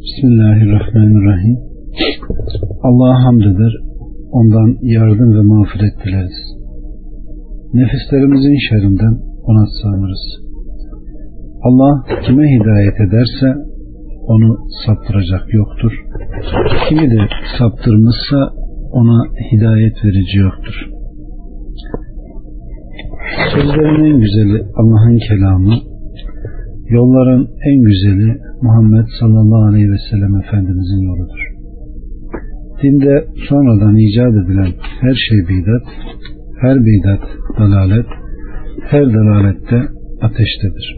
Bismillahirrahmanirrahim. Allah'a hamd eder, ondan yardım ve mağfiret dileriz. Nefislerimizin şerrinden ona sığınırız. Allah kime hidayet ederse onu saptıracak yoktur. Kimi de saptırmışsa ona hidayet verici yoktur. Sözlerin en güzeli Allah'ın kelamı, yolların en güzeli Muhammed sallallahu aleyhi ve sellem Efendimizin yoludur. Dinde sonradan icat edilen her şey bidat, her bidat dalalet, her dalalette ateştedir.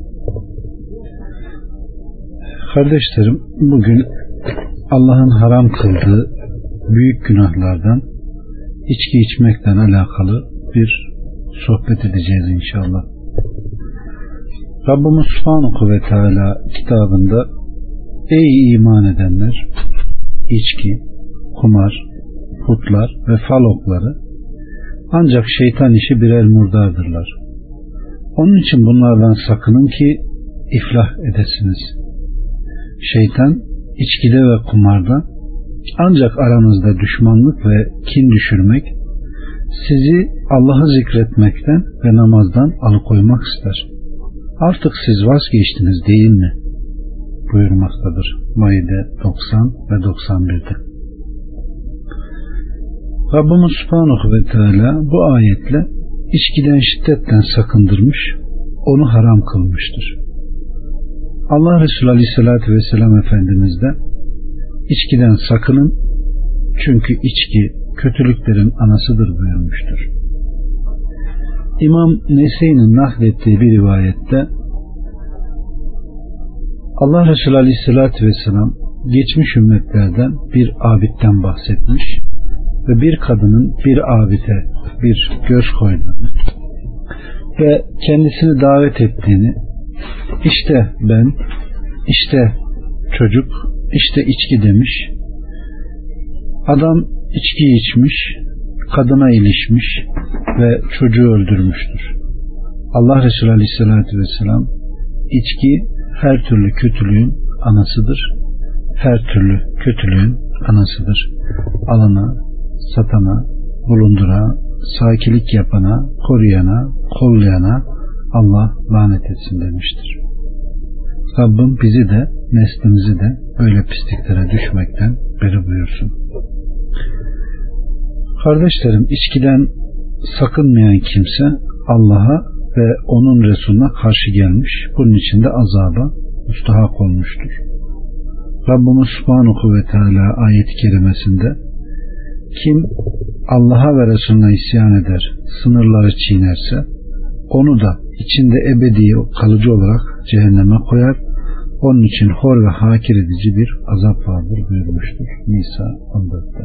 Kardeşlerim, bugün Allah'ın haram kıldığı büyük günahlardan içki içmekten alakalı bir sohbet edeceğiz inşallah. Rabbimiz Subhanahu ve Teala kitabında ey iman edenler, içki, kumar, putlar ve fal okları ancak şeytan işi birer murdardırlar. Onun için bunlardan sakının ki iflah edesiniz. Şeytan içkide ve kumarda ancak aranızda düşmanlık ve kin düşürmek, sizi Allah'ı zikretmekten ve namazdan alıkoymak ister. Artık siz vazgeçtiniz değil mi? Buyurmaktadır. Maide 90 ve 91'de. Rabbimiz Subhanahu ve Teala bu ayetle içkiden şiddetle sakındırmış, onu haram kılmıştır. Allah Resulü Aleyhisselatü Vesselam Efendimiz de içkiden sakının, çünkü içki kötülüklerin anasıdır buyurmuştur. İmam Nese'nin naklettiği bir rivayette Allah Resulü Aleyhisselatü Vesselam geçmiş ümmetlerden bir abitten bahsetmiş ve bir kadının bir abite bir göz koyduğunu ve kendisini davet ettiğini, işte ben, işte çocuk, işte içki demiş. Adam içkiyi içmiş, kadına ilişmiş ve çocuğu öldürmüştür. Allah Resulü Aleyhisselatü Vesselam içki her türlü kötülüğün anasıdır. Her türlü kötülüğün anasıdır. Alana, satana, bulundura, sakilik yapana, koruyana, kollayana Allah lanet etsin demiştir. Rabbim bizi de neslimizi de böyle pisliklere düşmekten beri buyursun. Kardeşlerim, içkiden sakınmayan kimse Allah'a ve onun Resulüne karşı gelmiş, bunun için de azaba müstahak olmuştur. Rabbimiz Subhanahu ve Teala ayet-i kerimesinde kim Allah'a ve Resulüne isyan eder, sınırları çiğnerse onu da içinde ebedi kalıcı olarak cehenneme koyar, onun için hor ve hakir edici bir azap vardır buyurmuştur. Nisa 14'te.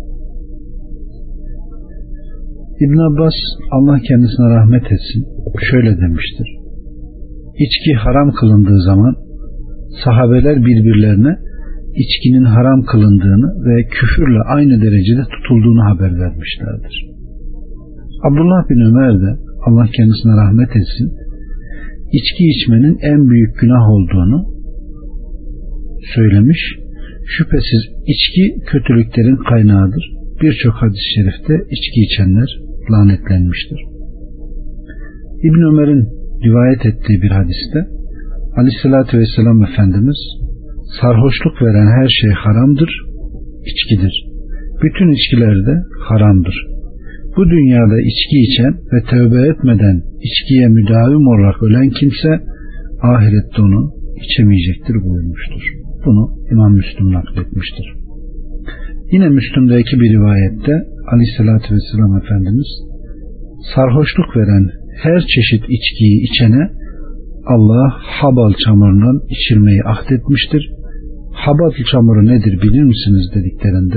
İbn Abbas, Allah kendisine rahmet etsin, şöyle demiştir. İçki haram kılındığı zaman sahabeler birbirlerine içkinin haram kılındığını ve küfürle aynı derecede tutulduğunu haber vermişlerdir. Abdullah bin Ömer de, Allah kendisine rahmet etsin, içki içmenin en büyük günah olduğunu söylemiş. Şüphesiz içki kötülüklerin kaynağıdır. Birçok hadis-i şerifte içki içenler lanetlenmiştir. İbn Ömer'in rivayet ettiği bir hadiste Aleyhisselatü Vesselam Efendimiz, sarhoşluk veren her şey haramdır, içkidir. Bütün içkiler de haramdır. Bu dünyada içki içen ve tövbe etmeden içkiye müdavim olarak ölen kimse ahirette onu içemeyecektir buyurmuştur. Bunu İmam Müslim nakletmiştir. Yine Müslim'deki bir rivayette Aleyhisselatü Vesselam Efendimiz, sarhoşluk veren her çeşit içkiyi içene Allah habal çamurundan içirmeyi ahdetmiştir. Habal çamuru nedir bilir misiniz dediklerinde,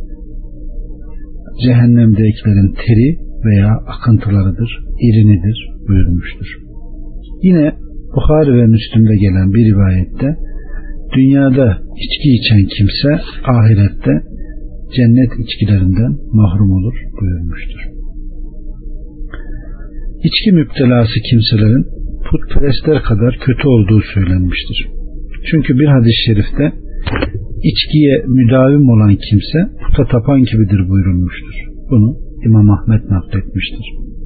cehennemdekilerin teri veya akıntılarıdır, irinidir buyurmuştur. Yine Buhari ve Müslim'de gelen bir rivayette dünyada içki içen kimse ahirette cennet içkilerinden mahrum olur buyurmuştur. İçki müptelası kimselerin putperestler kadar kötü olduğu söylenmiştir. Çünkü bir hadis-i şerifte İçkiye müdavim olan kimse puta tapan gibidir buyurulmuştur. Bunu İmam Ahmet nakletmiştir.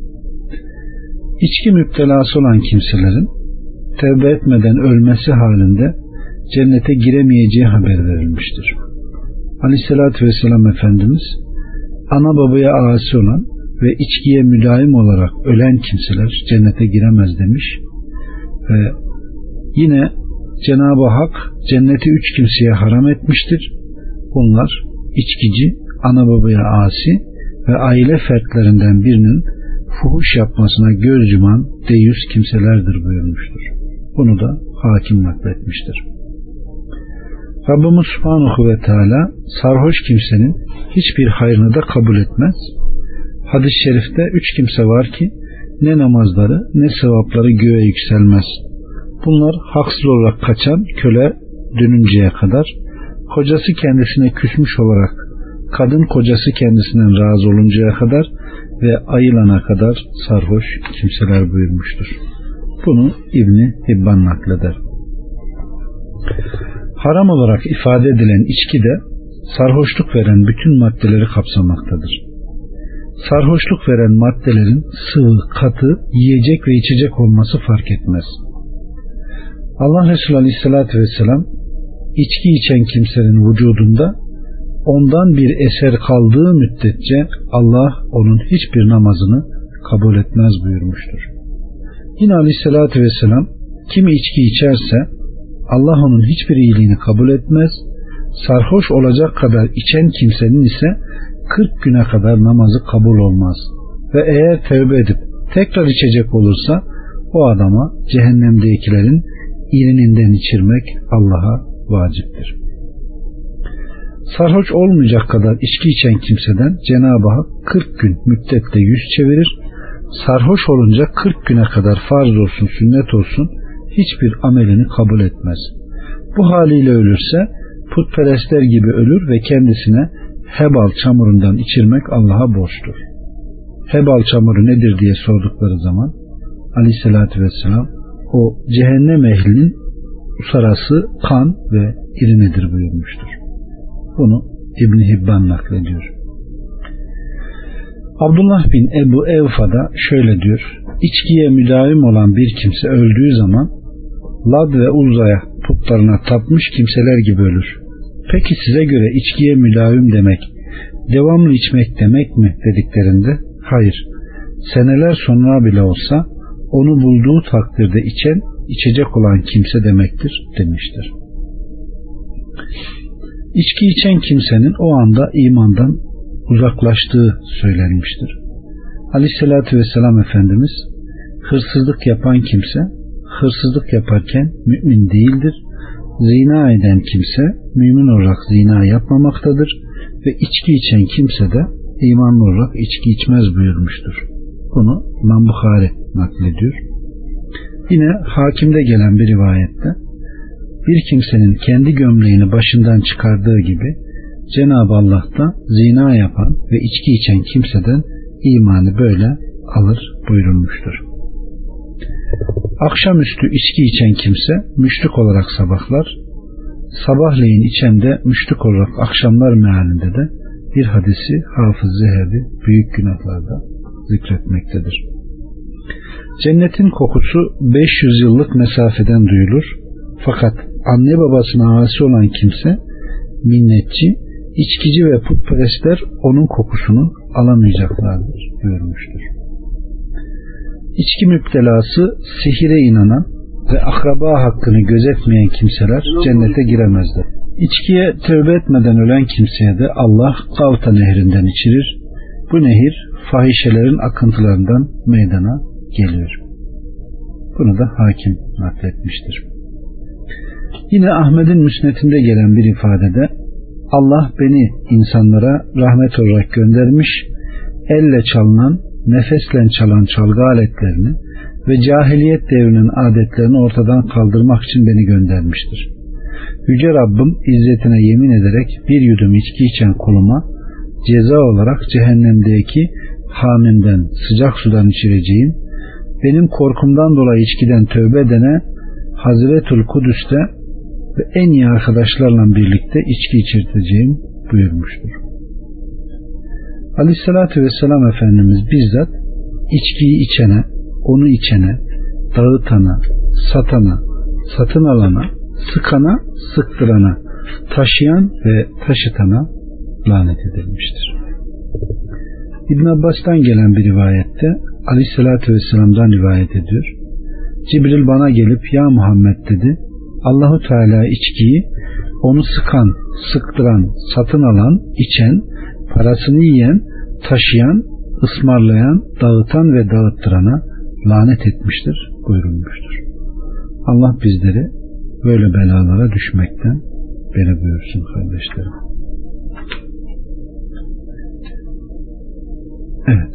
İçki müptelası olan kimselerin tevbe etmeden ölmesi halinde cennete giremeyeceği haber verilmiştir. Aleyhissalatü vesselam Efendimiz ana babaya asi olan ve içkiye müdaim olarak ölen kimseler cennete giremez demiş ve yine Cenab-ı Hak cenneti 3 kimseye haram etmiştir. Bunlar içkici, ana babaya asi ve aile fertlerinden birinin fuhuş yapmasına göz yuman deyyus kimselerdir buyurmuştur. Bunu da hakim nakletmiştir. Rabbimiz Subhanahu ve Teala sarhoş kimsenin hiçbir hayrını da kabul etmez. Hadis-i şerifte 3 kimse var ki ne namazları ne sevapları göğe yükselmez. Bunlar haksız olarak kaçan köle dönünceye kadar, kocası kendisine küsmüş olarak kadın kocası kendisinden razı oluncaya kadar ve ayılana kadar sarhoş kimseler buyurmuştur. Bunu İbn-i Hibban nakleder. Haram olarak ifade edilen içki de sarhoşluk veren bütün maddeleri kapsamaktadır. Sarhoşluk veren maddelerin sıvı, katı, yiyecek ve içecek olması fark etmez. Allah Resulü Aleyhisselatü Vesselam içki içen kimsenin vücudunda ondan bir eser kaldığı müddetçe Allah onun hiçbir namazını kabul etmez buyurmuştur. Yine Aleyhisselatü Vesselam kimi içki içerse Allah onun hiçbir iyiliğini kabul etmez. Sarhoş olacak kadar içen kimsenin ise 40 güne kadar namazı kabul olmaz. Ve eğer tövbe edip tekrar içecek olursa o adama cehennemdekilerin irininden içirmek Allah'a vaciptir. Sarhoş olmayacak kadar içki içen kimseden Cenab-ı Hak 40 gün müddette yüz çevirir. Sarhoş olunca 40 güne kadar farz olsun sünnet olsun hiçbir amelini kabul etmez. Bu haliyle ölürse putperestler gibi ölür ve kendisine hebal çamurundan içirmek Allah'a borçtur. Hebal çamuru nedir diye sordukları zaman Aleyhisselatü Vesselam o cehennem ehlinin usarası kan ve irinedir buyurmuştur. Bunu İbn-i Hibban naklediyor. Abdullah bin Ebu Evfa da şöyle diyor: İçkiye müdavim olan bir kimse öldüğü zaman Lad ve Uzza'ya putlarına tapmış kimseler gibi ölür. Peki size göre içkiye müdavim demek devamlı içmek demek mi dediklerinde hayır, seneler sonra bile olsa onu bulduğu takdirde içen, içecek olan kimse demektir demiştir. İçki içen kimsenin o anda imandan uzaklaştığı söylenmiştir. Aleyhissalatü vesselam Efendimiz hırsızlık yapan kimse hırsızlık yaparken mümin değildir. Zina eden kimse mümin olarak zina yapmamaktadır ve içki içen kimse de imanlı olarak içki içmez buyurmuştur. Bunu İmam Bukhari naklediyor. Yine Hakim'de gelen bir rivayette bir kimsenin kendi gömleğini başından çıkardığı gibi Cenab-ı Allah da zina yapan ve içki içen kimseden imanı böyle alır buyurulmuştur. Akşamüstü içki içen kimse müşrik olarak sabahlar, sabahleyin içen de müşrik olarak akşamlar mealinde de bir hadisi Hafız Zehebi büyük günahlarda zikretmektedir. Cennetin kokusu 500 yıllık mesafeden duyulur. Fakat anne babasına asi olan kimse minnetçi, içkici ve putperestler onun kokusunu alamayacaklardır buyurmuştur. İçki müptelası, sihire inanan ve akraba hakkını gözetmeyen kimseler cennete giremezler. İçkiye tövbe etmeden ölen kimseye de Allah Kavta nehrinden içirir. Bu nehir fahişelerin akıntılarından meydana geliyor. Bunu da Hakim nakletmiştir. Yine Ahmet'in müsnetinde gelen bir ifadede Allah beni insanlara rahmet olarak göndermiş, elle çalınan, nefesle çalan çalgı aletlerini ve cahiliyet devrinin adetlerini ortadan kaldırmak için beni göndermiştir. Yüce Rabbim izzetine yemin ederek bir yudum içki içen kuluma ceza olarak cehennemdeki hamimden sıcak sudan içireceğim, benim korkumdan dolayı içkiden tövbe edene Hazretül Kudüs'te ve en iyi arkadaşlarla birlikte içki içirteceğim buyurmuştur. Aleyhissalatü vesselam Efendimiz bizzat içkiyi içene, onu içene, dağıtana, satana, satın alana, sıkana, sıktırana, taşıyan ve taşıtana lanet edilmiştir. İbn Abbas'tan gelen bir rivayette Aleyhissalatü vesselam'dan rivayet ediyor. Cibril bana gelip ya Muhammed dedi, Allahu Teala içkiyi onu sıkan, sıktıran, satın alan, içen, parasını yiyen, taşıyan, ısmarlayan, dağıtan ve dağıttırana lanet etmiştir buyurulmuştur. Allah bizleri böyle belalara düşmekten beri buyursun kardeşlerim. Evet.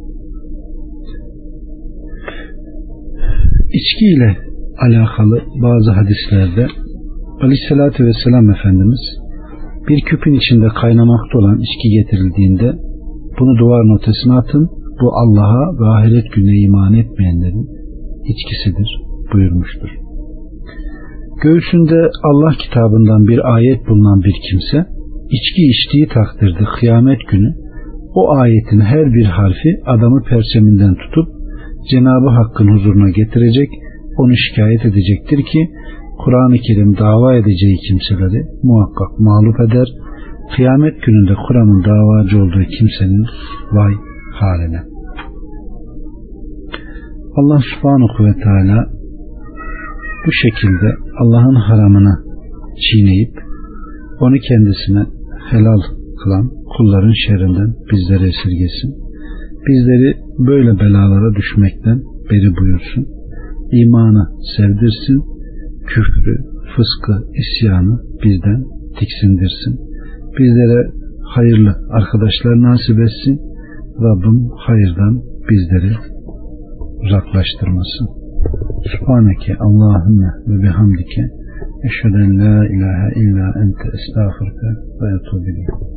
İçki ile alakalı bazı hadislerde Aleyhisselatü Vesselam Efendimiz bir küpün içinde kaynamakta olan içki getirildiğinde bunu duvarın ötesine atın, bu Allah'a ve ahiret gününe iman etmeyenlerin içkisidir buyurmuştur. Göğsünde Allah kitabından bir ayet bulunan bir kimse içki içtiği takdirde kıyamet günü o ayetin her bir harfi adamı perseminden tutup Cenab-ı Hakk'ın huzuruna getirecek, onu şikayet edecektir ki Kur'an-ı Kerim dava edeceği kimseleri muhakkak mağlup eder. Kıyamet gününde Kur'an'ın davacı olduğu kimsenin vay haline. Allah Subhanahu ve Teala bu şekilde Allah'ın haramını çiğneyip onu kendisine helal kılan kulların şerrinden bizleri esirgesin. Bizleri böyle belalara düşmekten beri buyursun. İmanı sevdirsin. Küfrü, fıskı, isyanı bizden tiksindirsin. Bizlere hayırlı arkadaşlar nasip etsin. Rabbim hayırdan bizleri uzaklaştırmasın. Subhaneke Allahümme ve bihamdike eşheden la ilahe illa ente estağfurke ve etûbü ileyk.